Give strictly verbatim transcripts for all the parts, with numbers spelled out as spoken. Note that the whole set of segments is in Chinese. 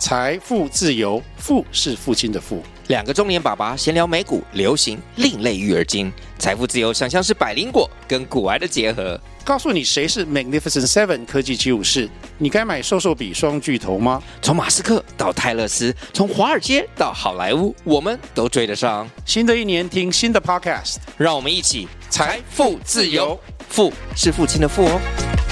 财富自由，富是父亲的富。 两个中年爸爸闲聊美股、流行、另类育儿经，财富自由想象是百灵果跟股癌的结合。 告诉你谁是 Magnificent Seven 科技七武士，你该买瘦瘦比双巨头吗？ 从马斯克到泰勒斯，从华尔街到好莱坞，我们都追得上。 新的一年听新的 Podcast， 让我们一起财富自由， 富是父亲的富哦。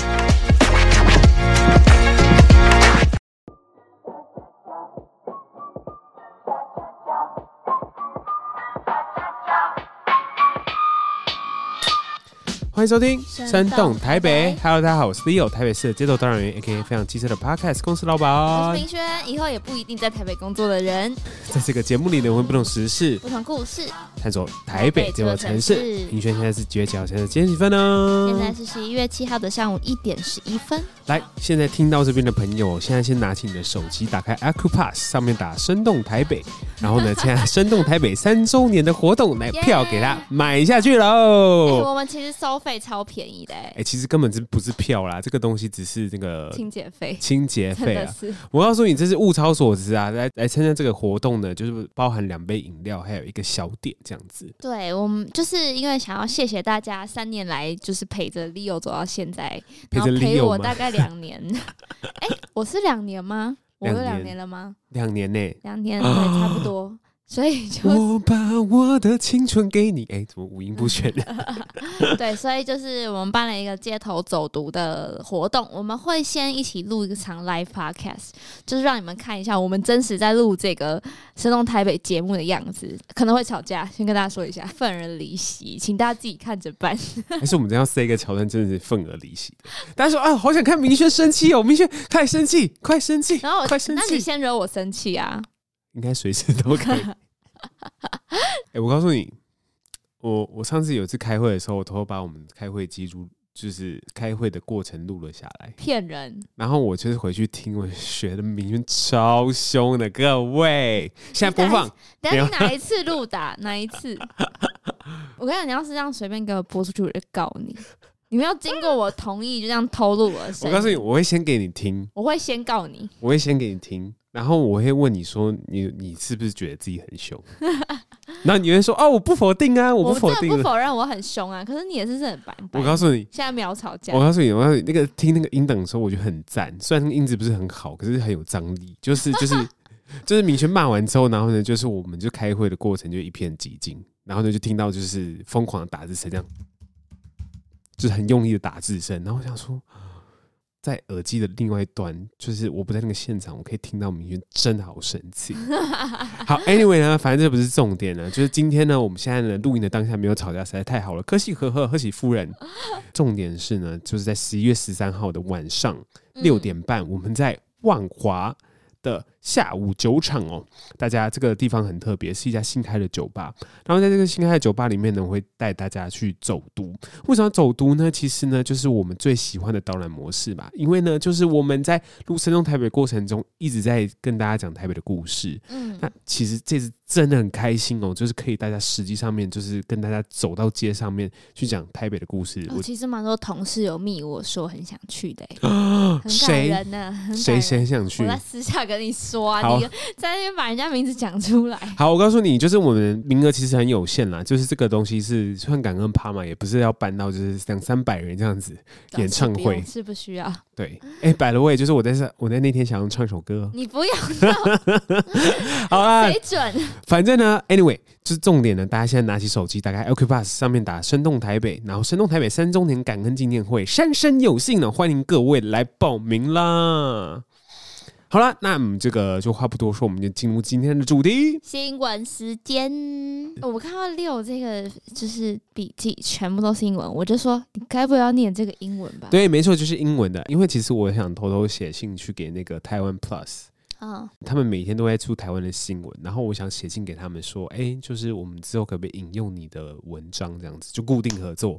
欢迎收听生动台北 ，Hello， 大家好，我是 Leo， 台北市的街头导览员 ，A K A 非常机车的 Podcast 公司老板。 我是明轩，以后也不一定在台北工作的人。 在这个节目里呢，我们不同时事、 不同故事， 探索台北这座城市。明轩现在是几月几号？现在几点几分呢？ 现在是十一月七号的上午一点十一分。 来，现在听到这边的朋友，现在先拿起你的手机，打开 Acupass， 上面打生动台北，然后呢，现在生动台北三周年的活动，来票给他买下去喽。 欸、我们其实收费超便宜的、欸，哎、 欸，其实根本就不是票啦，这个东西只是那个清洁费， 清洁费啊。我告诉你，这是物超所值啊！来来参加这个活动呢，就是包含两杯饮料，还有一个小点这样子。 对，我们就是因为想要谢谢大家三年来就是陪着 Leo 走到现在， 陪着 Leo 陪我大概两年。哎、欸，我是两年吗？我有两年了吗？ 两年呢、欸？ 两年，对，差不多。所以就我把我的青春给你，哎、欸，怎么五音不全的？ 对，所以就是我们办了一个街头走读的活动，我们会先一起录一场 live podcast， 就是让你们看一下我们真实在录这个生动台北节目的样子，可能会吵架，先跟大家说一下，愤而离席，请大家自己看着办。 还是我们这样塞一个桥段，真的是愤而离席的。大家说啊，好想看明轩生气哦，明轩快生气，快生气， 然后快生气， 那你先惹我生气啊？ 应该随时都可以。欸、我告诉你，我我上次有一次开会的时候，我偷偷把我们开会记录，就是开会的过程录了下来。 骗人！ 然后我就是回去听，我学的明轩超凶的，各位，现在播放。 等一下你哪一次录的、啊？哪一次？我跟你讲，你要是这样随便给我播出去，我就告你。你没有经过我同意就这样偷录我的声音。 我告诉你，我会先给你听， 我会先告你， 我会先给你听，然后我会问你说你，你你是不是觉得自己很凶？然后你会说哦，我不否定啊，我不否定， 我不否认我很凶啊，可是你也是很白白。 我告诉你， 现在没有吵架。 我告诉你，我告诉你，那个听那个音档的时候，我觉得很赞，虽然那个音质不是很好，可是很有张力，就是就是就是明轩骂完之后，然后呢，就是我们就开会的过程就一片寂静，然后呢就听到就是疯狂的打字声这样。就是很用力的打字声，然后我想说，在耳机的另外一端，就是我不在那个现场，我可以听到明轩真的好生气。好 ，anyway 呢，反正这不是重点呢，就是今天呢，我们现在呢录音的当下没有吵架，实在太好了，可喜可贺，贺喜夫人。重点是呢，就是在十一月十三号的晚上六点半，我们在万华的下午酒场哦，大家这个地方很特别，是一家新开的酒吧。然后在这个新开的酒吧里面呢，我会带大家去走读。为什么要走读呢？其实呢，就是我们最喜欢的导览模式嘛。因为呢，就是我们在录生动台北过程中，一直在跟大家讲台北的故事。嗯，那其实这次真的很开心哦，就是可以大家实际上面就是跟大家走到街上面去讲台北的故事。 哦、其实蛮多同事有密我说很想去的，很感人呢、啊。 谁谁想去？ 我在私下跟你说啊，你在那边把人家名字讲出来。 好，我告诉你，就是我们名额其实很有限啦，就是这个东西是算感恩趴嘛，也不是要办到就是两三百人这样子演唱会， 是不需要。 对，哎、欸、，by the way，就是我在我在那天想要唱首歌， 你不要好啦， 水准。 反正呢 ，anyway， 就是重点呢，大家现在拿起手机，打开 Acupass 上面打生动台北，然后生动台北三周年感恩纪念会，三生有幸呢，欢迎各位来报名啦。好了，那我们这个就话不多说，我们就进入今天的主题。 新闻时间，我看到六这个就是笔记全部都是英文，我就说你该不会要念这个英文吧？ 对，没错，就是英文的。因为其实我想偷偷写信去给那个台湾 Plus， 嗯，他们每天都在出台湾的新闻，然后我想写信给他们说，哎、欸，就是我们之后可不可以引用你的文章这样子，就固定合作。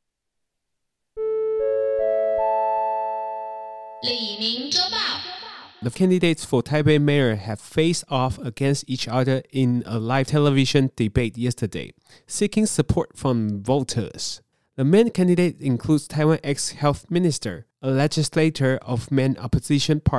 李明周报。 The candidates for Taipei mayor have faced off against each other in a live television debate yesterday, seeking support from voters. The main candidate includes Taiwan ex-health minister, a legislator of main opposition party,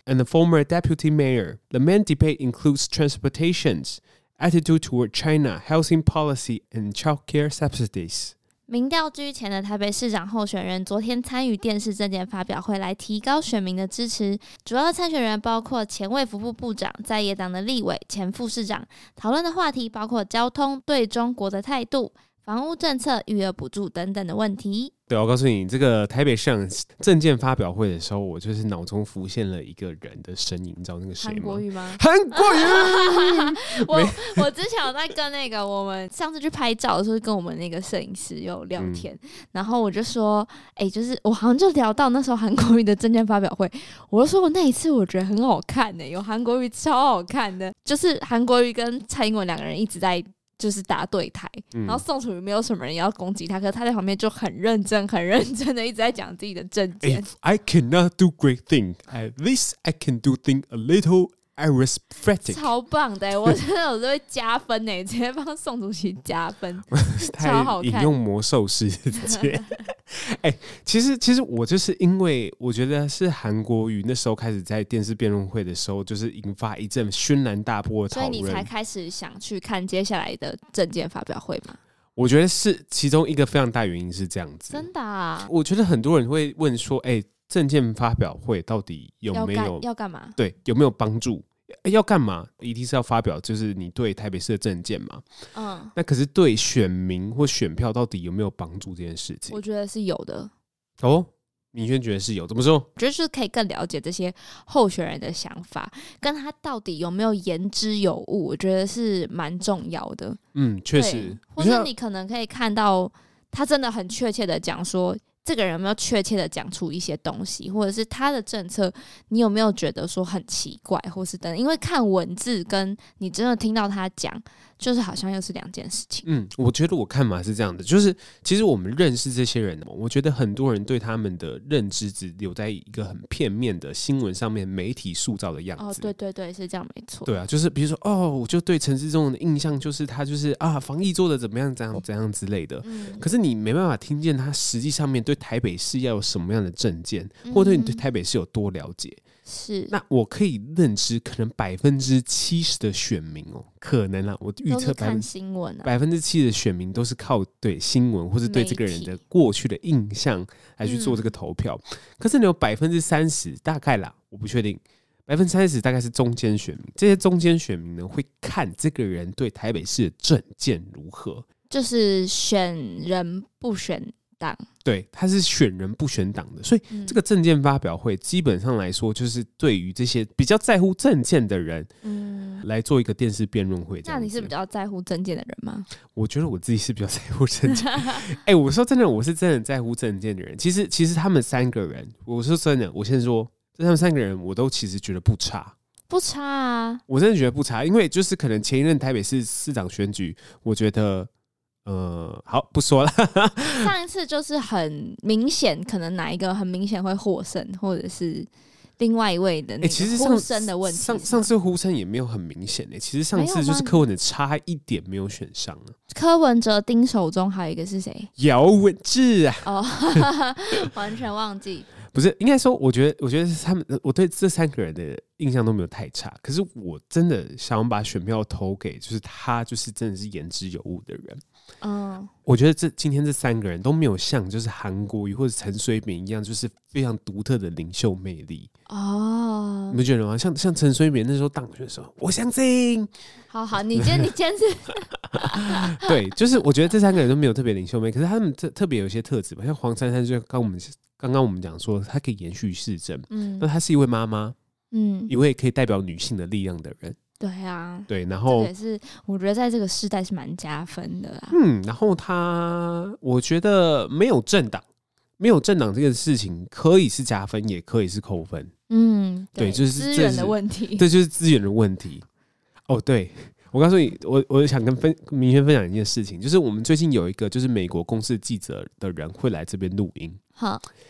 and a former deputy mayor. The main debate includes transportations, attitude toward China, housing policy, and childcare subsidies. 民调居前的台北市长候选人昨天参与电视政见发表会，来提高选民的支持。主要参选人包括前卫福部部长、在野党的立委、前副市长。讨论的话题包括交通、对中国的态度、房屋政策、育儿补助等等的问题。 对，我告诉你，这个台北市长政见发表会的时候，我就是脑中浮现了一个人的身影，你知道那个谁吗？ 韩国瑜吗？ 韩国瑜。 我我之前有在跟那个我们上次去拍照的时候，跟我们那个摄影师有聊天，嗯、然后我就说，哎、欸，就是我好像就聊到那时候韩国瑜的政见发表会，我就说我那一次我觉得很好看呢、欸，有韩国瑜超好看的，就是韩国瑜跟蔡英文两个人一直在。就是打对台，然后宋楚瑜没有什么人要攻击他，可是他在旁边就很认真、很认真的一直在讲自己的政见。 If I cannot do great thing, at least I can do thing a little aristocratic。 超棒的、欸，我真的有时候会加分呢、欸，直接帮宋主席加分，超好看。 引用魔兽师直接。哎、欸，其实其实我就是因为我觉得是韩国瑜那时候开始在电视辩论会的时候，就是引发一阵轩然大波的讨论， 所以你才开始想去看接下来的政见发表会吗？ 我觉得是其中一个非常大原因是这样子。 真的啊？ 我觉得很多人会问说，哎、欸，政见发表会到底有没有要干嘛？ 对，有没有帮助？欸、要干嘛？一定是要发表，就是你对台北市的政见嘛。嗯，那可是对选民或选票到底有没有帮助这件事情？ 我觉得是有的。 哦，明轩觉得是有，怎么说？ 我觉得是可以更了解这些候选人的想法，跟他到底有没有言之有物，我觉得是蛮重要的。 嗯，确实。 或是你可能可以看到他真的很确切的讲说。这个人有没有确切的讲出一些东西，或者是他的政策，你有没有觉得说很奇怪，或是等等？因为看文字跟你真的听到他讲，就是好像又是两件事情。 嗯，我觉得我看法是这样的，就是其实我们认识这些人，我觉得很多人对他们的认知只留在一个很片面的新闻上面，媒体塑造的样子。 哦，对对对，是这样，没错。 对啊，就是比如说，哦，我就对陈时中的印象就是他就是啊，防疫做的怎么样，怎样怎样之类的。嗯，可是你没办法听见他实际上面对台北市要有什么样的政见，或者对你对台北市有多了解。 是， 那我可以认知，可能百分之七十的选民哦，可能啊，我预测看新闻啊， 百分之七的选民都是靠对新闻或是对这个人的过去的印象来去做这个投票。嗯、可是你有百分之三十，大概啦，我不确定，百分之三十大概是中间选民。这些中间选民呢，会看这个人对台北市的政见如何， 就是选人不选党。 对，他是选人不选党的，所以这个政见发表会基本上来说，就是对于这些比较在乎政见的人，嗯，来做一个电视辩论会。 那你是比较在乎政见的人吗？ 我觉得我自己是比较在乎政见。哎、欸，我说真的，我是真的在乎政见的人。其实，其实他们三个人，我说真的，我先说，他们三个人，我都其实觉得不差。 不差啊， 我真的觉得不差，因为就是可能前一任台北市市长选举，我觉得。呃，好，不说了。 上一次就是很明显，可能哪一个很明显会获胜，或者是另外一位的那个呼声的问题。 欸、上上次呼声也没有很明显诶、欸，其实上次就是柯文哲差一点没有选上啊。 柯文哲丁守中还有一个是谁？ 姚文智啊。 哦，完全忘记。 不是，应该说，我觉得，我觉得他们，我对这三个人的印象都没有太差。可是我真的想要把选票投给，就是他，就是真的是言之有物的人。嗯，我觉得这今天这三个人都没有像就是韩国瑜或者陈水扁一样，就是非常独特的领袖魅力。哦，你们觉得吗？像像陈水扁那时候当选的时候，我相信。 好好，你今天你今天是对，就是我觉得这三个人都没有特别领袖魅力，可是他们特特别有一些特质吧，像黄珊珊就刚我们。刚刚我们讲说，她可以延续市政，嗯，那她是一位妈妈，嗯，一位可以代表女性的力量的人， 对啊， 对，然后也是我觉得在这个时代是蛮加分的啦， 嗯，然后她，我觉得没有政党，没有政党这个事情可以是加分，也可以是扣分， 嗯， 对，就是资源的问题， 这就是资源的问题。哦，对。我告诉你，我我想跟分明轩分享一件事情，就是我们最近有一个就是美国公视记者的人会来这边录音。好，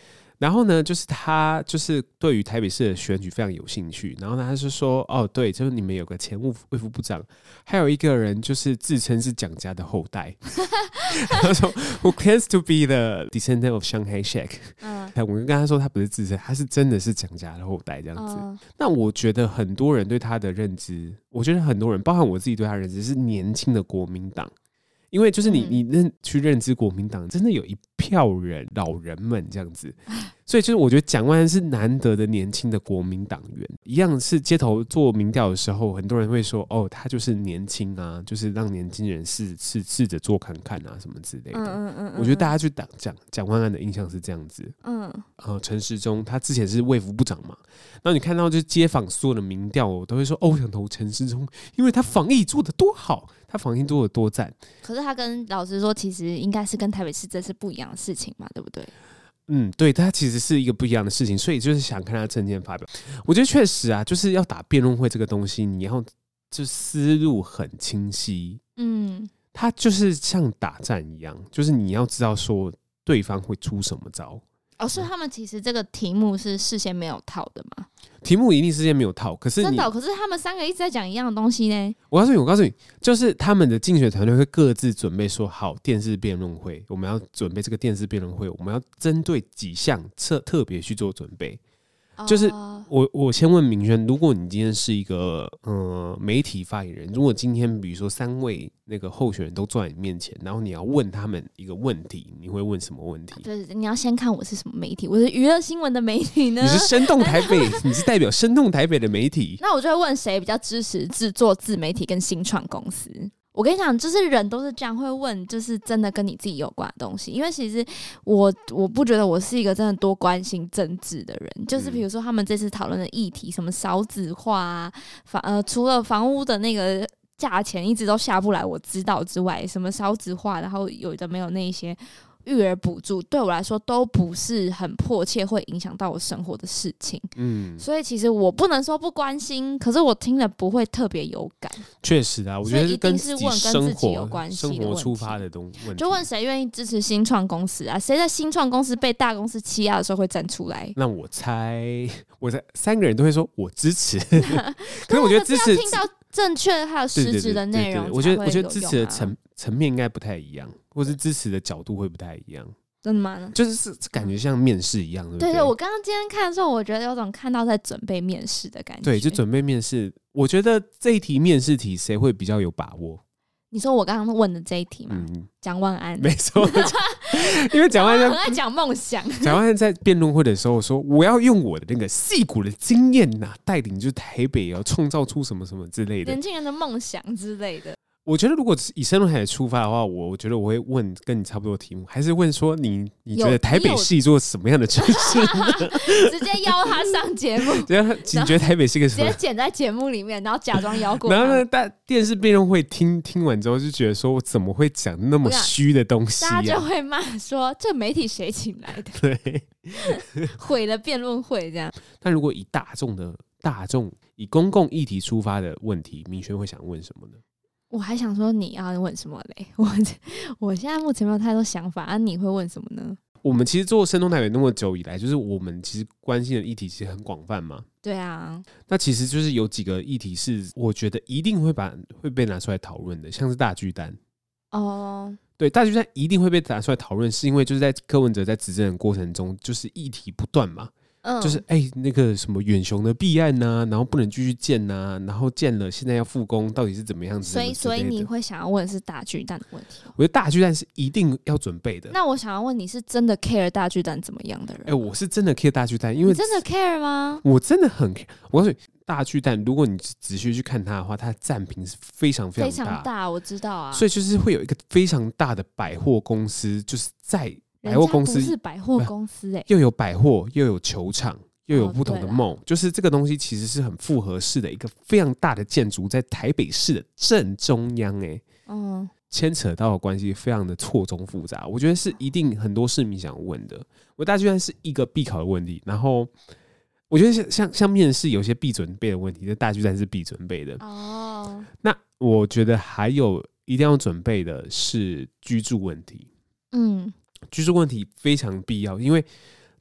然后呢，就是他就是对于台北市的选举非常有兴趣。然后呢，他就说：“哦，对，就是你们有个前卫福部长，还有一个人就是自称是蒋家的后代。”他说 ：“Who claims to be the descendant of Shanghai Sheikh？” 嗯，我跟他说他不是自称，他是真的是蒋家的后代这样子。嗯、那我觉得很多人对他的认知，我觉得很多人，包含我自己对他的认知是年轻的国民党。因为就是你，你认去认知国民党，真的有一票人老人们这样子，所以就是我觉得蒋万安是难得的年轻的国民党员，一样是街头做民调的时候，很多人会说，哦，他就是年轻啊，就是让年轻人试试试着做看看啊，什么之类的。嗯嗯嗯嗯我觉得大家去讲蒋蒋万安的印象是这样子。嗯，呃，陈时中他之前是卫福部长嘛，然后你看到就是街访所有的民调，我都会说，哦，我想投陈时中，因为他防疫做得多好。他防疫做得多赞， 可是他跟老实说，其实应该是跟台北市这是不一样的事情嘛，对不对？ 嗯，对，它其实是一个不一样的事情，所以就是想看他政见发表。我觉得确实啊，就是要打辩论会这个东西，你要就思路很清晰，嗯，它就是像打战一样，就是你要知道说对方会出什么招。 哦，所以他们其实这个题目是事先没有套的吗？ 题目一定事先没有套，可是你真的、哦，可是他们三个一直在讲一样的东西呢。 我告诉你，我告诉你，就是他们的竞选团队会各自准备说，好，电视辩论会，我们要准备这个电视辩论会，我们要针对几项特特别去做准备。就是我我先问明轩，如果你今天是一个呃媒体发言人，如果今天比如说三位那个候选人都坐在你面前，然后你要问他们一个问题，你会问什么问题？ 对，你要先看我是什么媒体，我是娱乐新闻的媒体呢？ 你是生动台北，你是代表生动台北的媒体。 那我就会问谁比较支持制作自媒体跟新创公司。我跟你讲，就是人都是这样会问，就是真的跟你自己有关的东西。因为其实我我不觉得我是一个真的多关心政治的人。就是比如说他们这次讨论的议题，什么少子化啊，房呃除了房屋的那个价钱一直都下不来，我知道之外，什么少子化，然后有的没有那一些。育儿补助对我来说都不是很迫切会影响到我生活的事情，嗯，所以其实我不能说不关心，可是我听了不会特别有感。 确实啊，我觉得是跟自己生活有关系的生活出发的东西， 就问谁愿意支持新创公司啊？谁在新创公司被大公司欺压的时候会站出来？ 那我猜，我猜三个人都会说我支持，可是我觉得支持听到正确还有实质的内容， 我觉得我觉得支持的层层面应该不太一样。或是支持的角度会不太一样， 真的吗？ 就是感觉像面试一样，对不对？ 对对，我刚刚今天看的时候，我觉得有种看到在准备面试的感觉。 对，就准备面试。我觉得这一题面试题谁会比较有把握？ 你说我刚刚问的这一题吗？嗯，蒋万安， 没错，因为蒋万安很爱讲梦想。 蒋万安在辩论会的时候说：“我要用我的那个矽谷的经验呐、啊，带领就是台北要创造出什么什么之类的年轻人的梦想之类的。” 我觉得如果以生动台北出发的话，我我觉得我会问跟你差不多的题目，还是问说你你觉得台北是一座什么样的城市呢？ 直接邀他上节目， 你觉得台北是一个什么？ 直接剪在节目里面，然后假装邀过他。 然后呢，大电视辩论会听听完之后，就觉得说我怎么会讲那么虚的东西、啊？ 大家就会骂说这媒体谁请来的？ 对， 毁了辩论会这样。 但如果以大众的大众以公共议题出发的问题，明轩会想问什么呢？ 我还想说你要问什么嘞？我我现在目前没有太多想法啊，你会问什么呢？ 我们其实做生动台北那么久以来，就是我们其实关心的议题其实很广泛嘛。 对啊， 那其实就是有几个议题是我觉得一定会把会被拿出来讨论的，像是大巨蛋。哦，对，大巨蛋一定会被拿出来讨论，是因为就是在柯文哲在执政的过程中，就是议题不断嘛。嗯、就是哎、欸，那个什么远雄的弊案呐、啊，然后不能继续建呐、啊，然后建了现在要复工，到底是怎么样子？ 所以，所以你会想要问的是大巨蛋的问题？ 我觉得大巨蛋是一定要准备的。 那我想要问你是真的 care 大巨蛋怎么样的人？ 哎、欸，我是真的 care 大巨蛋，因为你真的 care 吗？ 我真的很 care。我告诉你，大巨蛋，如果你仔细去看它的话，它的占比是非常非常大， 非常大，我知道啊。 所以就是会有一个非常大的百货公司，就是在百货公司不是百货公司哎、欸， 又有百货又有球场。又有不同的梦、哦，就是这个东西其实是很复合式的一个非常大的建筑，在台北市的正中央、欸，哎，嗯，牵扯到的关系非常的错综复杂，我觉得是一定很多市民想问的。我大巨蛋是一个必考的问题，然后我觉得像像像面试有些必准备的问题，这大巨蛋是必准备的。哦，那我觉得还有一定要准备的是居住问题，嗯，居住问题非常必要，因为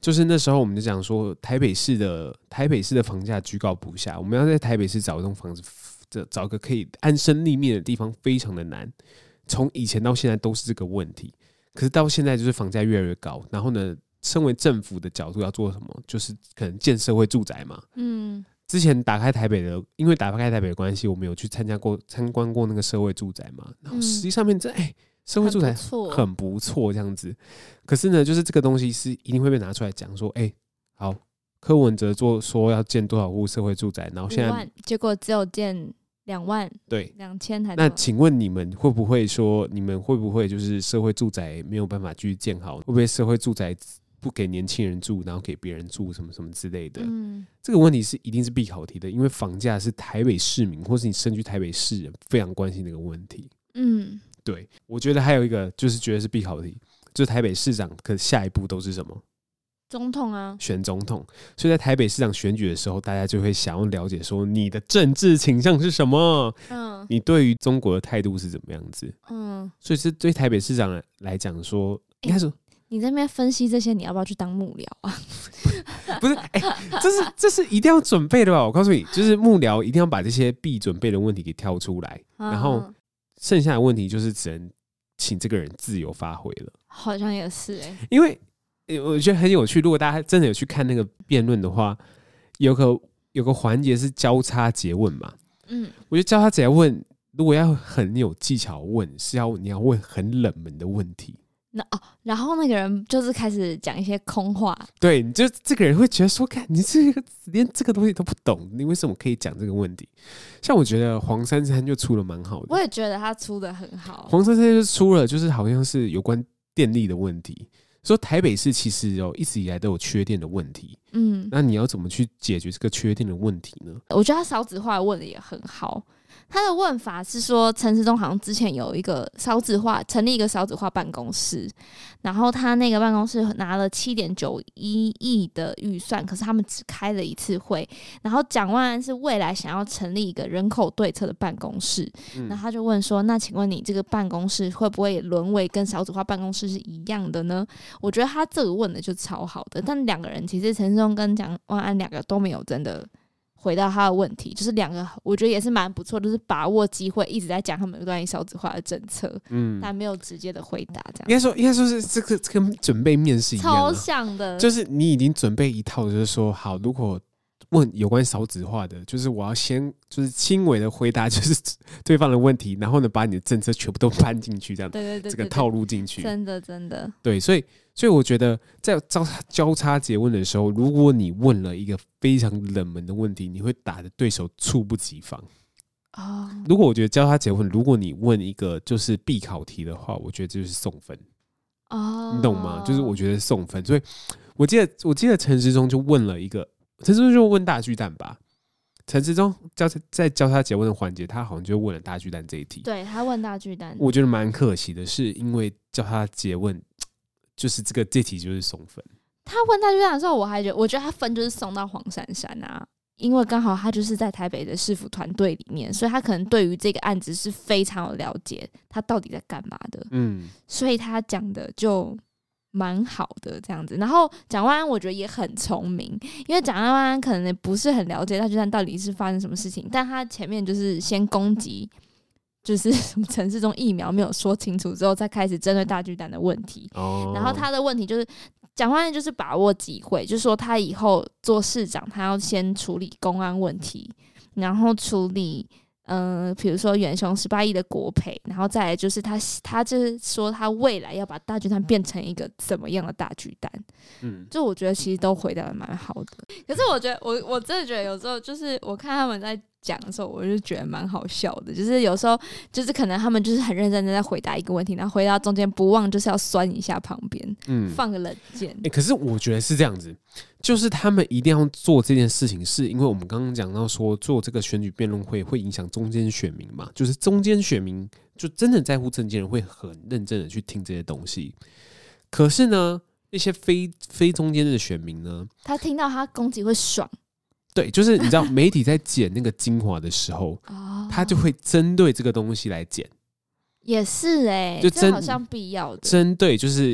就是那时候我们就讲说，台北市的台北市的房价居高不下，我们要在台北市找一栋房子，找个可以安身立命的地方非常的难。从以前到现在都是这个问题，可是到现在就是房价越来越高，然后呢，身为政府的角度要做什么，就是可能建社会住宅嘛。嗯，之前打开台北的，因为打开台北的关系，我们有去参加过参观过那个社会住宅嘛，然后实际上面这哎。社会住宅很不错，这样子。可是呢，就是这个东西是一定会被拿出来讲说，哎、欸，好，柯文哲做说要建多少户社会住宅，然后现在结果只有建两万， 对， 两千还。 那请问你们会不会说，你们会不会就是社会住宅没有办法继续建好？会不会社会住宅不给年轻人住，然后给别人住什么什么之类的？嗯，这个问题是一定是必考题的，因为房价是台北市民或是你身居台北市人非常关心的一个问题。嗯。对，我觉得还有一个就是觉得是必考题，就是台北市长，可下一步都是什么？ 总统啊， 选总统。所以在台北市长选举的时候，大家就会想要了解说你的政治倾向是什么，嗯，你对于中国的态度是怎么样子，嗯，所以是对台北市长来讲说，应该说、欸、 你在那边分析这些，你要不要去当幕僚啊？ 不是，哎、欸，这是这是一定要准备的吧？我告诉你，就是幕僚一定要把这些必准备的问题给挑出来，嗯、然后。剩下的问题就是只能请这个人自由发挥了， 好像也是哎、欸， 因为我觉得很有趣。如果大家真的有去看那个辩论的话，有个有个环节是交叉诘问嘛，嗯，我觉得交叉诘问如果要很有技巧问，是要你要问很冷门的问题。 那哦，然后那个人就是开始讲一些空话， 对，你就这个人会觉得说，看你这个连这个东西都不懂，你为什么可以讲这个问题？像我觉得黄珊珊就出了蛮好的， 我也觉得他出的很好。 黄珊珊就出了，就是好像是有关电力的问题，说台北市其实有一直以来都有缺电的问题，嗯，那你要怎么去解决这个缺电的问题呢？ 我觉得他少子化问的也很好。他的问法是说，陈时中好像之前有一个少子化，成立一个少子化办公室，然后他那个办公室拿了七点九一亿的预算，可是他们只开了一次会。然后蒋万安是未来想要成立一个人口对策的办公室，嗯、然后他就问说：“那请问你这个办公室会不会沦为跟少子化办公室是一样的呢？”我觉得他这个问的就超好的，但两个人其实陈时中跟蒋万安两个都没有真的。回到他的问题，就是两个，我觉得也是蛮不错，就是把握机会，一直在讲他们关于少子化的政策，嗯，但没有直接的回答，这样。 应该说，应该说是这个跟准备面试一样、啊， 超像的， 就是你已经准备一套，就是说，好，如果问有关少子化的，就是我要先就是轻微的回答，就是对方的问题，然后呢，把你的政策全部都搬进去，这样， 对对 对, 对, 对， 这个套路进去， 真的真的， 对，所以。所以我觉得在交交叉诘问的时候，如果你问了一个非常冷门的问题，你会打得对手猝不及防。哦，如果我觉得交叉诘问，如果你问一个就是必考题的话，我觉得这就是送分。哦，你懂吗？就是我觉得送分。所以我记得我记得陈时中就问了一个，陈时中就问大巨蛋吧。陈时中在交叉诘问的环节，他好像就问了大巨蛋这一题。 对，他问大巨蛋， 我觉得蛮可惜的，是因为交叉诘问。就是这个这题就是送分。 他问大巨蛋的时候，我还觉得，我觉得他分就是送到黄珊珊啊，因为刚好他就是在台北的市府团队里面，所以他可能对于这个案子是非常有了解，他到底在干嘛的。嗯，所以他讲的就蛮好的这样子。然后蒋万安我觉得也很聪明，因为蒋万安可能也不是很了解大巨蛋到底是发生什么事情，但他前面就是先攻击。就是什么陈时中疫苗没有说清楚之后，再开始针对大巨蛋的问题。哦、然后他的问题就是蒋万安就是把握机会，就是说他以后做市长，他要先处理公安问题，然后处理嗯，比如说远雄十八亿的国赔，然后再来就是他他就是说他未来要把大巨蛋变成一个怎么样的大巨蛋。嗯，就我觉得其实都回答的蛮好的。可是我觉得我我真的觉得有时候就是我看他们在。讲的时候，我就觉得蛮好笑的，就是有时候就是可能他们就是很认真的在回答一个问题，然后回到中间不忘就是要酸一下旁边，嗯，放个冷箭、 欸。可是我觉得是这样子，就是他们一定要做这件事情，是因为我们刚刚讲到说做这个选举辩论会会影响中间选民嘛，就是中间选民就真的在乎政见人会很认真的去听这些东西。可是呢，那些非非中间的选民呢， 他听到他攻击会爽。 对，就是你知道媒体在剪那个精华的时候，哦、他就会针对这个东西来剪。 也是哎、欸，就这好像必要的。 针对就是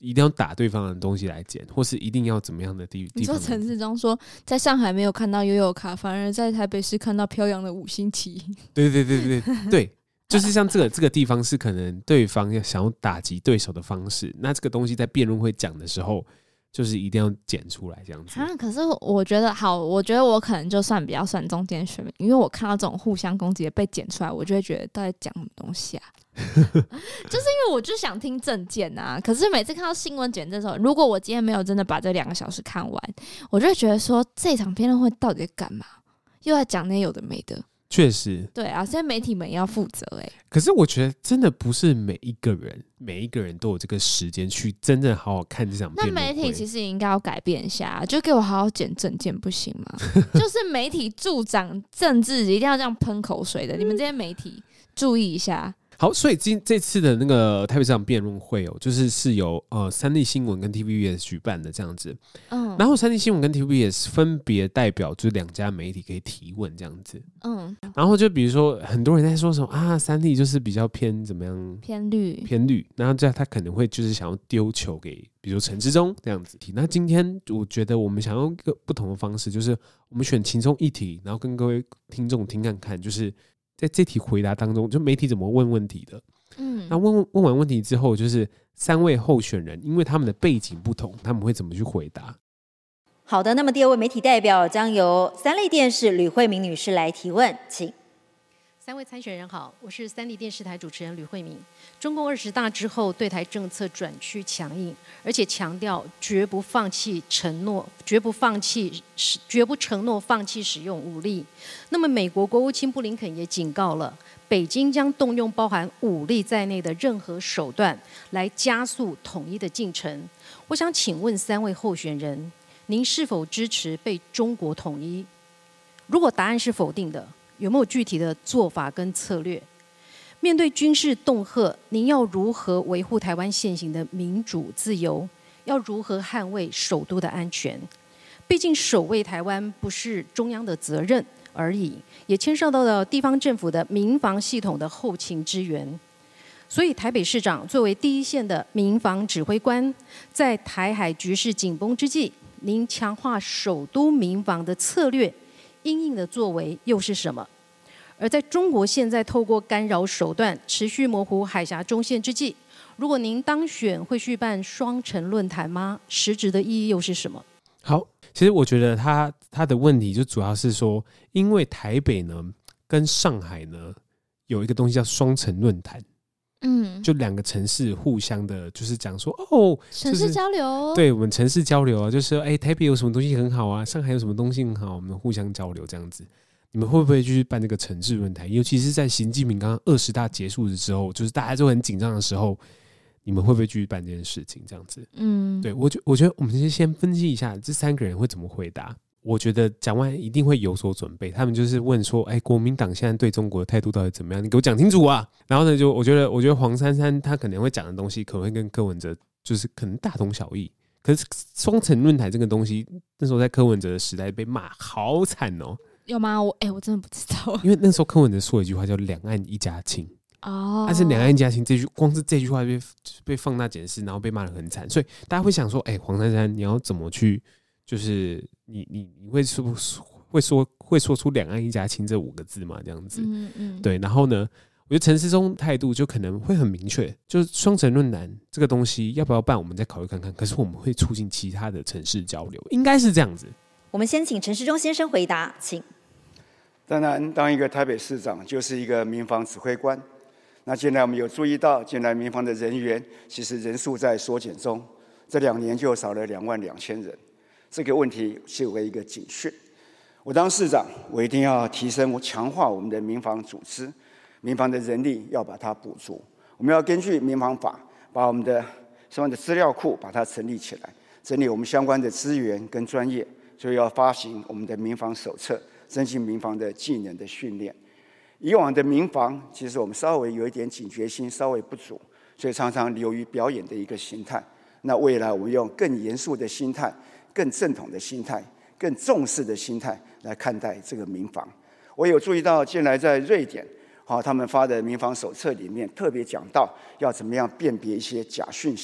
一定要打对方的东西来剪，或是一定要怎么样的地地方。 你说陈世忠说，在上海没有看到悠游卡，反而在台北市看到飘扬的五星旗。 对对对对对对，就是像这个这个地方是可能对方要想要打击对手的方式，那这个东西在辩论会讲的时候，就是一定要剪出来这样子。 啊，可是我觉得好，我觉得我可能就算比较算中间选民，因为我看到这种互相攻击的被剪出来，我就会觉得到底讲什么东西啊？就是因为我就想听政见啊，可是每次看到新闻剪这时候，如果我今天没有真的把这两个小时看完，我就会觉得说这场辩论会到底在干嘛？又在讲那有的没的。 确实， 对啊，所以媒体们也要负责哎、欸。 可是我觉得真的不是每一个人，每一个人都有这个时间去真正好好看这场辩论会。 那媒体其实也应该要改变一下，就给我好好剪政见不行吗？就是媒体助长政治，一定要这样喷口水的。你们这些媒体注意一下。 好，所以今这次的那个台北市长辩论会哦，就是是由呃三立新闻跟 T V B S 举办的这样子，嗯，然后三立新闻跟 T V B S 分别代表就是两家媒体可以提问这样子，嗯，然后就比如说很多人在说什么啊，三立就是比较偏怎么样， 偏绿偏绿，然后这样他可能会就是想要丢球给比如说陈之忠这样子提。那今天我觉得我们想用一个不同的方式，就是我们选其中一题，然后跟各位听众听看看，就是在这题回答当中，就媒体怎么问问题的。嗯，那问问完问题之后，就是三位候选人，因为他们的背景不同，他们会怎么去回答？ 好的，那么第二位媒体代表将由三立电视吕慧敏女士来提问，请。 三位参选人好，我是三立电视台主持人吕慧敏。中共二十大之后，对台政策转趋强硬，而且强调绝不放弃承诺，绝不放弃，绝不承诺放弃使用武力。那么，美国国务卿布林肯也警告了，北京将动用包含武力在内的任何手段来加速统一的进程。我想请问三位候选人，您是否支持被中国统一？如果答案是否定的，有没有具体的做法跟策略？面对军事恫吓，您要如何维护台湾现行的民主自由？要如何捍卫首都的安全？毕竟守卫台湾不是中央的责任而已，也牵涉到了地方政府的民防系统的后勤支援。所以台北市长作为第一线的民防指挥官，在台海局势紧绷之际，您强化首都民防的策略因应的作为又是什么？而在中国现在透过干扰手段持续模糊海峡中线之际，如果您当选，会去办双城论坛吗？实质的意义又是什么？ 好，其实我觉得他他的问题就主要是说，因为台北呢跟上海呢有一个东西叫双城论坛。嗯，就两个城市互相的，就是讲说哦， 城市交流， 对我们城市交流啊，就是哎、欸，台北有什么东西很好啊，上海有什么东西很好，我们互相交流这样子。你们会不会去办这个城市论坛？尤其是在习近平刚刚二十大结束的时候，就是大家都很紧张的时候，你们会不会继续办这件事情？这样子，嗯，对我觉我觉得我们先先分析一下这三个人会怎么回答。我觉得讲完一定会有所准备，他们就是问说，哎，国民党现在对中国的态度到底怎么样？你给我讲清楚啊！然后呢，就我觉得，我觉得黄珊珊她可能会讲的东西，可能会跟柯文哲就是可能大同小异。可是双城论坛这个东西，那时候在柯文哲的时代被骂好惨哦。 有吗？我哎、欸，我真的不知道。 因为那时候柯文哲说一句话叫“两岸一家亲”，哦，但是“两岸一家亲”这句光是这句话被被放大检视，然后被骂得很惨，所以大家会想说，哎，黄珊珊你要怎么去？就是你你你会说会说会说出两岸一家亲这五个字吗？这样子，嗯嗯，对。然后呢，我觉得陈时中态度就可能会很明确，就是双城论坛这个东西要不要办，我们再考虑看看。可是我们会促进其他的城市交流，应该是这样子。 我们先请陈时中先生回答，请。 当然，当一个台北市长就是一个民防指挥官。那近来我们有注意到，近来民防的人员其实人数在缩减中，这两年就少了两万两千人。这个问题是为一个警讯。我当市长，我一定要提升、我强化我们的民防组织，民防的人力要把它补足。我们要根据民防法，把我们的相关的资料库把它成立起来，整理我们相关的资源跟专业，所以要发行我们的民防手册，增进民防的技能的训练。以往的民防，其实我们稍微有一点警觉性稍微不足，所以常常流于表演的一个形态。那未来我们用更严肃的心态、更正统的心态、更重视的心态来看待这个民防。我有注意到，近来在瑞典，他们发的民防手册里面特别讲到要怎么样辨别一些假讯息。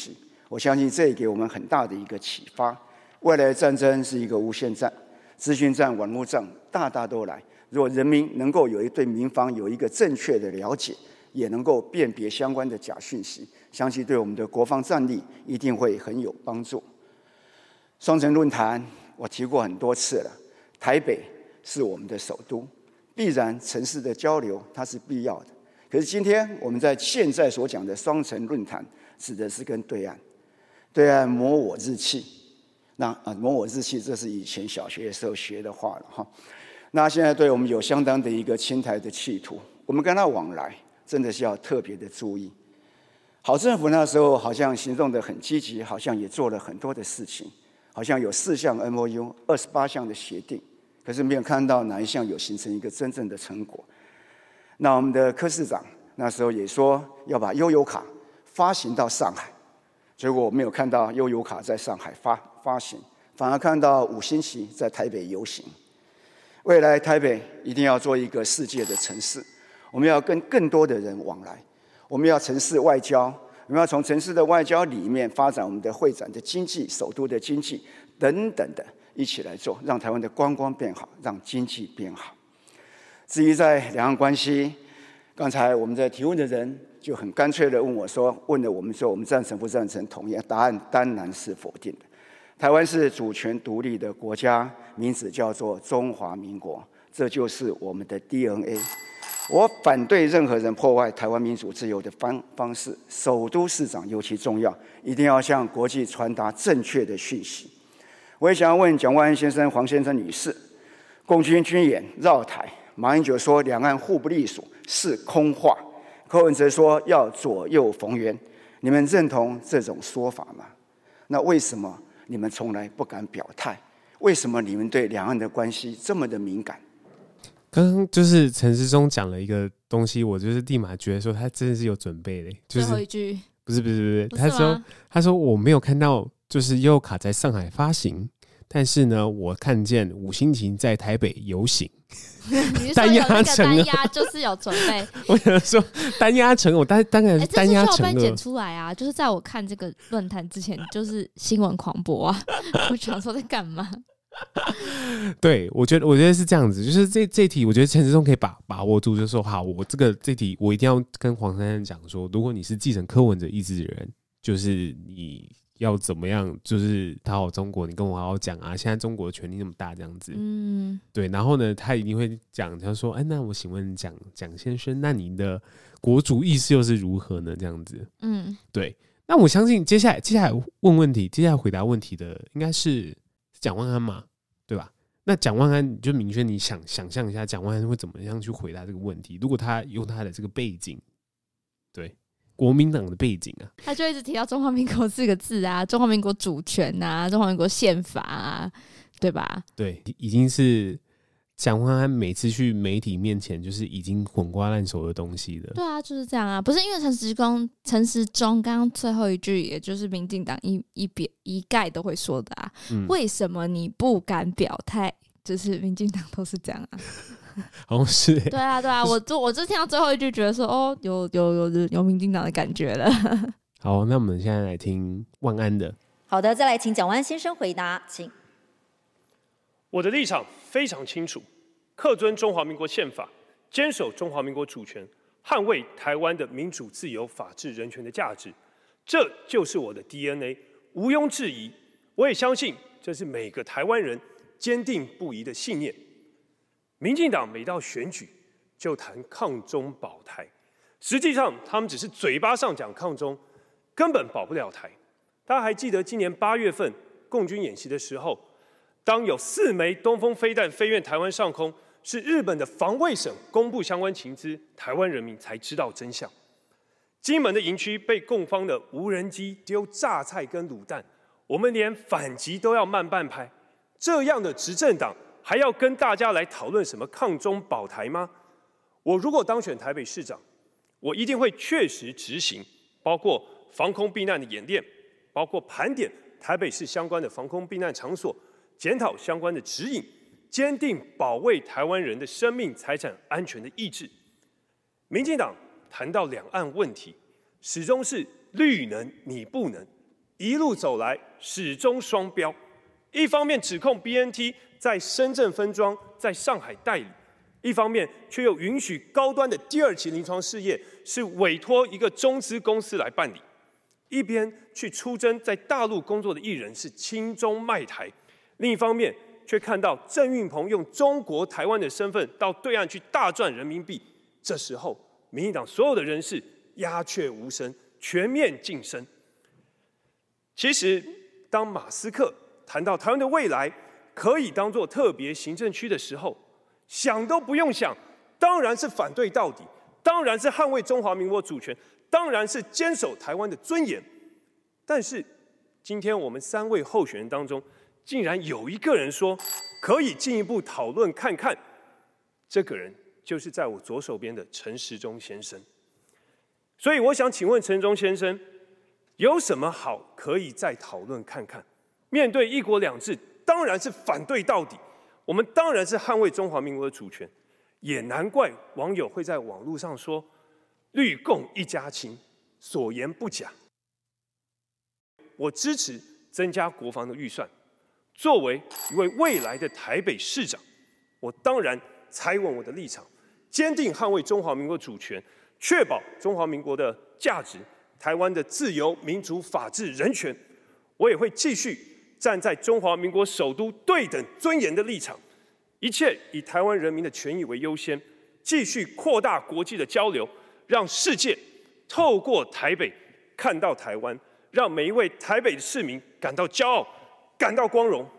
我相信这也给我们很大的一个启发。未来的战争是一个无限战，资讯战、网络战大大都来。如果人民能够有一对民防有一个正确的了解，也能够辨别相关的假讯息，相信对我们的国防战力一定会很有帮助。双城论坛我提过很多次了，台北是我们的首都，必然城市的交流它是必要的。可是今天我们在现在所讲的双城论坛，指的是跟对岸，对岸磨我日气。那啊，磨我日气，这是以前小学的时候学的话了哈。那现在对我们有相当的一个侵台的企图，我们跟他往来，真的是要特别的注意。好政府那时候好像行动得很积极，好像也做了很多的事情，好像有四项 M O U， 二十八项的协定，可是没有看到哪一项有形成一个真正的成果。那我们的柯市长那时候也说要把悠游卡发行到上海，结果我没有看到悠游卡在上海发发行，反而看到五星旗在台北游行。未来台北一定要做一个世界的城市，我们要跟更多的人往来，我们要城市外交，我们要从城市的外交里面发展我们的会展的经济、首都的经济等等的，一起来做，让台湾的观光变好，让经济变好。至于在两岸关系，刚才我们在提问的人就很干脆的问我说，问了我们说我们赞成不赞成同意？答案当然是否定的。台湾是主权独立的国家，名字叫做中华民国，这就是我们的 D N A。我反对任何人破坏台湾民主自由的方方式，首都市长尤其重要，一定要向国际传达正确的讯息。我也想要问蒋万安先生、黄先生女士，共军军演绕台，马英九说两岸互不隶属是空话，柯文哲说要左右逢源，你们认同这种说法吗？那为什么你们从来不敢表态？为什么你们对两岸的关系这么的敏感？ 刚刚就是陈时中讲了一个东西，我就是立马觉得说他真的是有准备的，就是最后一句不是不是不是， 不是他说他说我没有看到就是悠游卡在上海发行，但是呢，我看见五星旗在台北游行。 你是说有那个单压就是有准备？ 我想说单压成，我当当然是单压成了。 这是被剪出来啊！就是在我看这个论坛之前，就是新闻狂播啊！我想说在干嘛？ 对，我觉得我觉得是这样子，就是这这题，我觉得陈时中可以把把握住，就说好，我这个这题我一定要跟黄珊珊讲说，如果你是继承柯文哲意志的人，就是你要怎么样，就是讨好中国，你跟我好好讲啊！现在中国的权力那么大，这样子，嗯，对。然后呢，他一定会讲，他说：“哎，那我请问蒋蒋先生，那您的国族意识又是如何呢？”这样子，嗯，对。那我相信接下来接下来问问题，接下来回答问题的应该是蒋万安嘛，对吧？那蒋万安，你就明轩，你想想象一下，蒋万安会怎么样去回答这个问题？如果他用他的这个背景，对。国民党的背景啊， 他就一直提到中华民国四个字啊，中华民国主权啊，中华民国宪法啊，对吧？对， 已经是蒋万安每次去媒体面前，就是已经混瓜烂熟的东西了。 对啊，就是这样啊，不是因为陈时中，陈时中刚刚最后一句，也就是民进党一一别一概都会说的啊、嗯，为什么你不敢表态？就是民进党都是这样啊。 好像是、欸、 对啊对啊，我就我就听到最后一句，觉得说哦，有有有有民进党的感觉了。 好，那我们现在来听万安的。 好的，再来请蒋万安先生回答，请。 我的立场非常清楚，恪遵中华民国宪法，坚守中华民国主权，捍卫台湾的民主、自由、法治、人权的价值，这就是我的 D N A， 毋庸置疑。我也相信，这是每个台湾人坚定不移的信念。民进党每到选举就谈抗中保台，实际上他们只是嘴巴上讲抗中，根本保不了台。大家还记得今年八月份共军演习的时候，当有四枚东风飞弹飞越台湾上空，是日本的防卫省公布相关情资，台湾人民才知道真相。金门的营区被共方的无人机丢榨菜跟卤蛋，我们连反击都要慢半拍。这样的执政党还要跟大家来讨论什么抗中保台吗？我如果当选台北市长，我一定会确实执行，包括防空避难的演练，包括盘点台北市相关的防空避难场所，检讨相关的指引，坚定保卫台湾人的生命财产安全的意志。民进党谈到两岸问题，始终是绿能你不能， 一路走来始终双标，一方面指控 B N T 在深圳分庄，在上海代理，一方面却又允许高端的第二期临床试验是委托一个中资公司来办理，一边去出征在大陆工作的艺人是亲中卖台，另一方面却看到郑运鹏用中国台湾的身份到对岸去大赚人民币。这时候，民进党所有的人士鸦雀无声，全面晋升。其实，当马斯克谈到台湾的未来可以当作特别行政区的时候，想都不用想，当然是反对到底，当然是捍卫中华民国主权，当然是坚守台湾的尊严。但是，今天我们三位候选人当中，竟然有一个人说可以进一步讨论看看，这个人就是在我左手边的陈时中先生。所以我想请问陈时中先生，有什么好可以再讨论看看？面对一国两制，当然是反对到底，我们当然是捍卫中华民国的主权，也难怪网友会在网络上说绿共一家亲，所言不假。我支持增加国防的预算。作为一位未来的台北市长，我当然踩稳我的立场，坚定捍卫中华民国主权，确保中华民国的价值，台湾的自由、民主、法治、人权。我也会继续站在中华民国首都对等尊严的立场，一切以台湾人民的权益为优先，继续扩大国际的交流，让世界透过台北看到台湾，让每一位台北的市民感到骄傲，感到光荣。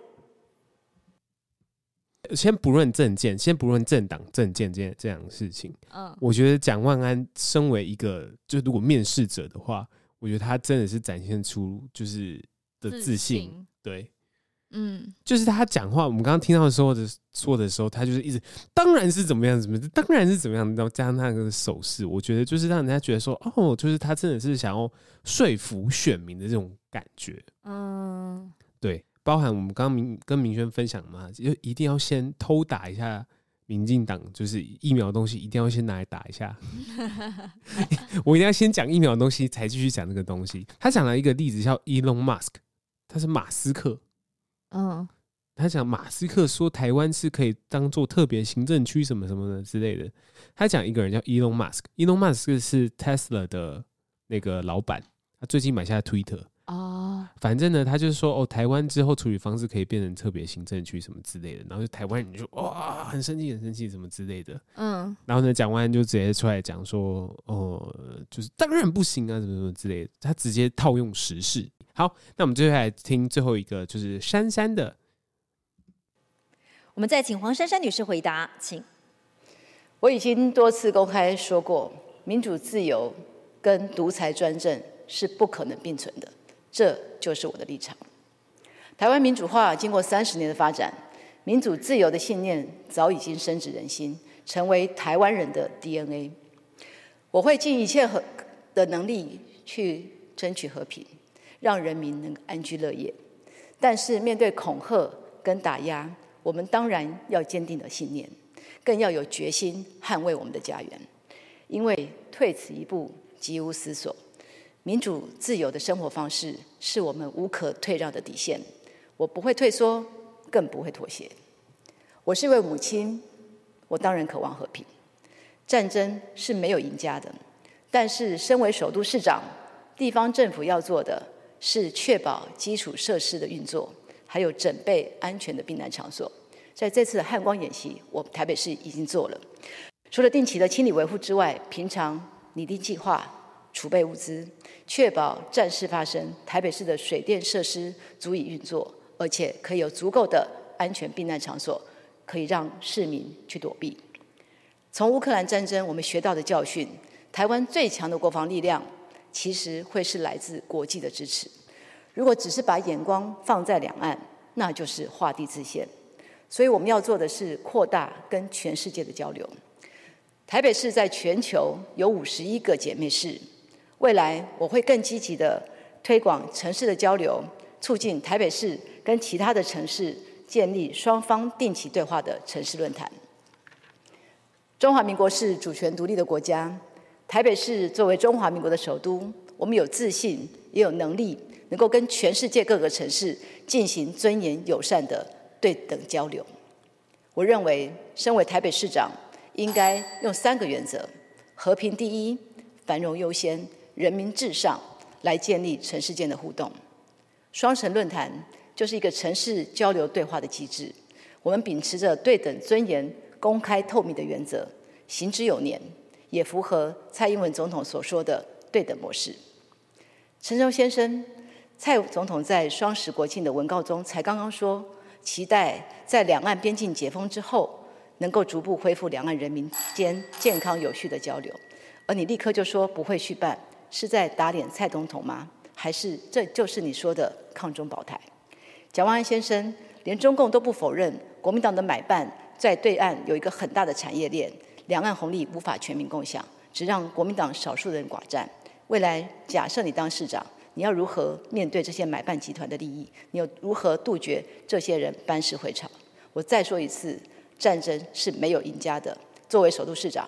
先不论政见，先不论政党政见这这样的事情，嗯，我觉得蒋万安身为一个，就如果面试者的话，我觉得他真的是展现出就是的自信，自信对，嗯，就是他讲话，我们刚刚听到的时候的说的时候，他就是一直当然是怎么样怎么样，当然是怎么样，然后加上那个手势，我觉得就是让人家觉得说，哦，就是他真的是想要说服选民的这种感觉，嗯，对。包含我们刚刚跟明轩分享嘛，就一定要先偷打一下民进党，就是疫苗的东西一定要先拿来打一下。我一定要先讲疫苗的东西，才继续讲这个东西。他讲了一个例子叫 Elon Musk， 他是马斯克，嗯，他讲马斯克说台湾是可以当做特别行政区什么什么的之类的。他讲一个人叫 Elon Musk，Elon Musk 是 Tesla 的那个老板，他最近买下 Twitter。哦，反正呢，他就是说，哦，台湾之后处理方式可以变成特别行政区什么之类的，然后就台湾人就哇很生气很生气什么之类的，嗯，然后呢，蒋万安就直接出来讲说，哦，就是当然不行啊，什么什么之类的，他直接套用时事。好，那我们接下来听最后一个，就是珊珊的。 我们再请黄珊珊女士回答，请。 我已经多次公开说过，民主自由跟独裁专政是不可能并存的。这就是我的立场。台湾民主化经过三十年的发展，民主自由的信念早已经深植人心，成为台湾人的 D N A。我会尽一切的能力去争取和平，让人民能安居乐业。但是面对恐吓跟打压，我们当然要坚定的信念，更要有决心捍卫我们的家园。因为退此一步，急无思索。民主自由的生活方式是我们无可退让的底线，我不会退缩，更不会妥协。我是一位母亲，我当然渴望和平。战争是没有赢家的，但是身为首都市长，地方政府要做的是确保基础设施的运作，还有准备安全的避难场所。在这次的汉光演习，我台北市已经做了，除了定期的清理维护之外，平常拟定计划，储备物资，确保战事发生，台北市的水电设施足以运作，而且可以有足够的安全避难场所，可以让市民去躲避。从乌克兰战争我们学到的教训，台湾最强的国防力量其实会是来自国际的支持。如果只是把眼光放在两岸，那就是画地自限。所以我们要做的是扩大跟全世界的交流。台北市在全球有五十一个姐妹市，未来我会更积极的推广城市的交流，促进台北市跟其他的城市建立双方定期对话的城市论坛。中华民国是主权独立的国家，台北市作为中华民国的首都，我们有自信，也有能力能够跟全世界各个城市进行尊严友善的对等交流。我认为，身为台北市长，应该用三个原则：和平第一、繁荣优先、人民至上，来建立城市间的互动。双城论坛就是一个城市交流对话的机制。我们秉持着对等、尊严、公开、透明的原则，行之有年，也符合蔡英文总统所说的对等模式。陈时中先生，蔡总统在双十国庆的文告中才刚刚说，期待在两岸边境解封之后，能够逐步恢复两岸人民间健康有序的交流。而你立刻就说不会续办，是在打脸蔡总统吗？还是这就是你说的抗中保台？蒋万安先生，连中共都不否认国民党的买办在对岸有一个很大的产业链，两岸红利无法全民共享，只让国民党少数人寡占。未来假设你当市长，你要如何面对这些买办集团的利益？你又如何杜绝这些人班师回朝？我再说一次，战争是没有赢家的。作为首都市长，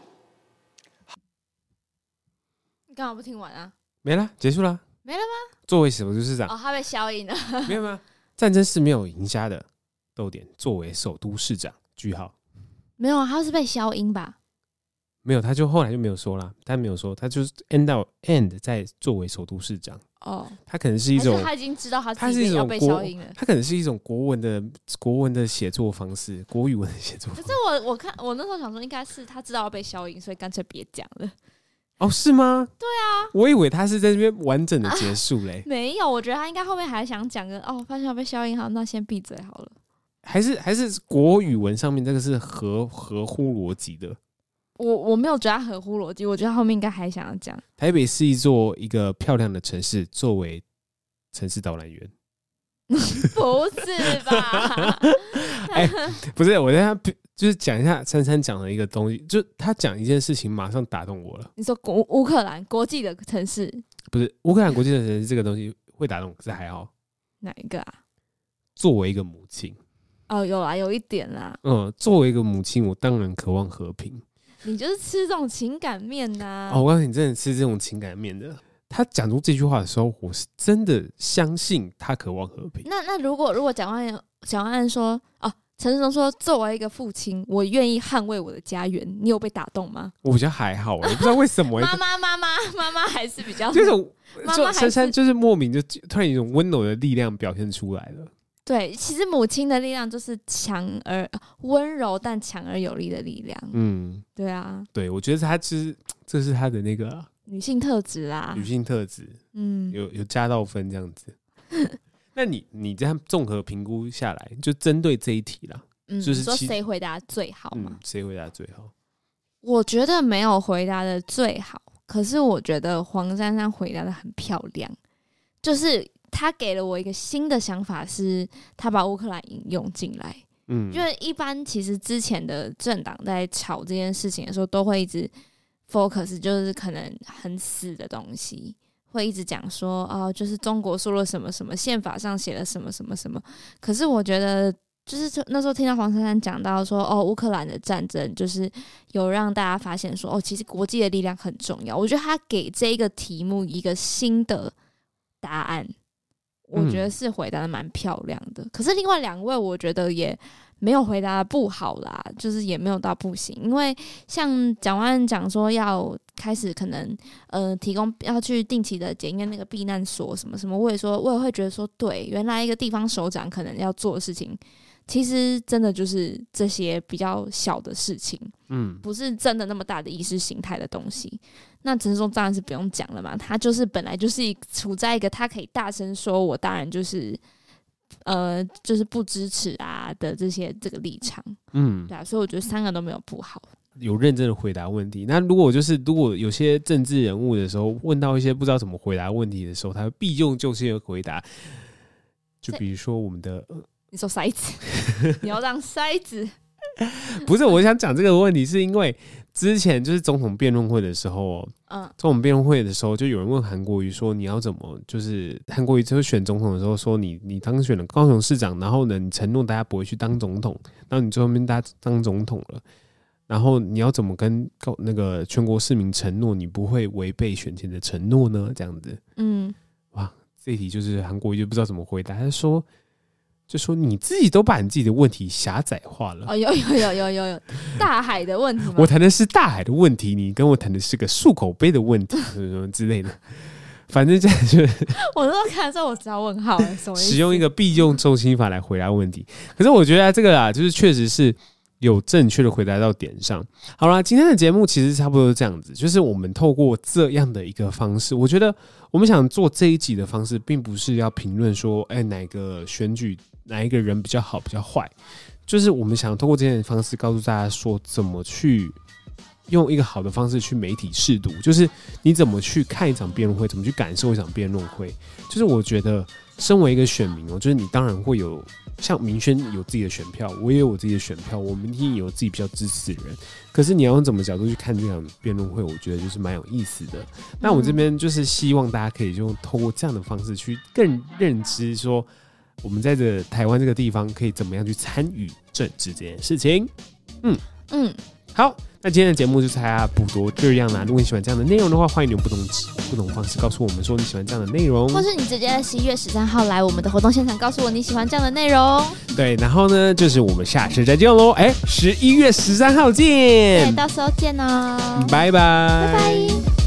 你干嘛不听完啊？ 没了，结束了。 没了吗？ 作为首都市长， 哦，他被消音了。 没有吗？战争是没有赢家的。逗点，作为首都市长，句号。 没有啊，他是被消音吧？ 没有，他就后来就没有说啦，他没有说，他就是 end 到 end 在作为首都市长。 哦， 他可能是一种， 他已经知道他他是一种自己要被消音了。 他可能是一种国文的国文的写作方式，国语文的写作方式。 可是我我看我那时候想说，应该是他知道要被消音，所以干脆别讲了。 哦，是吗？ 对啊， 我以为他是在这边完整的结束嘞、 啊。没有，我觉得他应该后面还想讲个哦，发现要被消音，好，那先闭嘴好了。 还是还是国语文上面这个是合合乎逻辑的。 我我没有觉得他合乎逻辑，我觉得他后面应该还想要讲。 台北是一座一个漂亮的城市，作为城市导览员。 不是吧？ 哎、不是，我在他就是讲一下珊珊讲的一个东西，就他讲一件事情，马上打动我了。 你说国乌克兰国际的城市， 不是乌克兰国际的城市这个东西会打动，可是还好。 哪一个啊？ 作为一个母亲， 哦，有啦，有一点啦。 嗯，作为一个母亲，我当然渴望和平。 你就是吃这种情感面呐、啊。 哦，我告诉你，真的吃这种情感面的。他讲出这句话的时候，我是真的相信他渴望和平。 那那如果如果蒋万安蒋万安说哦，陈时中说，作为一个父亲，我愿意捍卫我的家园，你有被打动吗？ 我觉得还好，我不知道为什么。 妈妈妈妈妈妈还是比较这种， 妈妈珊珊就是莫名就突然有一种温柔的力量表现出来了。 对，其实母亲的力量就是强而温柔但强而有力的力量。嗯，对啊， 对，我觉得他其实这是他的那个女性特质啦， 女性特质，嗯，有有加到分这样子。那你你这样综合评估下来，就针对这一题啦， 嗯， 就是说谁回答最好嘛？ 谁、嗯、回答最好？ 我觉得没有回答的最好，可是我觉得黄珊珊回答的很漂亮，就是他给了我一个新的想法，是他把乌克兰引用进来。嗯，因为一般其实之前的政党在吵这件事情的时候，都会一直 focus 就是可能很死的东西，会一直讲说哦，就是中国说了什么什么，宪法上写了什么什么什么。可是我觉得，就是那时候听到黄珊珊讲到说，哦，乌克兰的战争就是有让大家发现说，哦，其实国际的力量很重要。我觉得他给这个题目一个新的答案。我觉得是回答的蛮漂亮的、嗯，可是另外两位我觉得也没有回答的不好啦，就是也没有到不行。因为像蒋万安讲说要开始可能呃提供要去定期的检验那个避难所什么什么，我也说我也会觉得说，对，原来一个地方首长可能要做的事情，其实真的就是这些比较小的事情，嗯，不是真的那么大的意识形态的东西。那陈时中当然是不用讲了嘛，他就是本来就是处在一个他可以大声说我当然就是呃就是不支持啊的这些这个立场，嗯，对啊，所以我觉得三个都没有不好， 有认真的回答问题。那如果就是如果有些政治人物的时候问到一些不知道怎么回答问题的时候，他必用就是要回答，就比如说我们的、呃、 你说筛子你要让筛子不是，我想讲这个问题是因为之前就是总统辩论会的时候，嗯，总统辩论会的时候，就有人问韩国瑜说你要怎么，就是韩国瑜就选总统的时候说你你当选了高雄市长，然后呢你承诺大家不会去当总统，然后你最后面大家当总统了，然后你要怎么跟那个全国市民承诺你不会违背选前的承诺呢？这样子，嗯，哇， 这一题就是韩国瑜就不知道怎么回答，他就说就说你自己都把你自己的问题狭窄化了。 哦，有有有有有有大海的问题吗？ 我谈的是大海的问题，你跟我谈的是个漱口杯的问题，什么之类的。反正这样就是， 我那时候看的时候，我只要问号，什么意思？ 使用一个避用中心法来回答问题。可是我觉得这个啊，就是确实是有正确的回答到点上。好啦，今天的节目其实差不多是这样子，就是我们透过这样的一个方式，我觉得我们想做这一集的方式，并不是要评论说，哎、欸，哪个选举哪一个人比较好比较坏，就是我们想透过这样的方式告诉大家说，怎么去用一个好的方式去媒体识读，就是你怎么去看一场辩论会，怎么去感受一场辩论会。就是我觉得，身为一个选民哦，就是你当然会有像明轩有自己的选票，我也有我自己的选票，我们一定有自己比较支持的人。可是你要用怎么角度去看这场辩论会，我觉得就是蛮有意思的。那我这边就是希望大家可以就透过这样的方式去更认知说，我们在这台湾这个地方可以怎么样去参与政治这件事情。嗯嗯，好。那今天的节目就差不多这样啦。如果你喜欢这样的内容的话，欢迎你用不同不同方式告诉我们说你喜欢这样的内容， 或是你直接在十一月十三号来我们的活动现场，告诉我你喜欢这样的内容。 对，然后呢，就是我们下次再见喽！哎，十一月十三号见， 对，到时候见哦， 拜拜， 拜拜。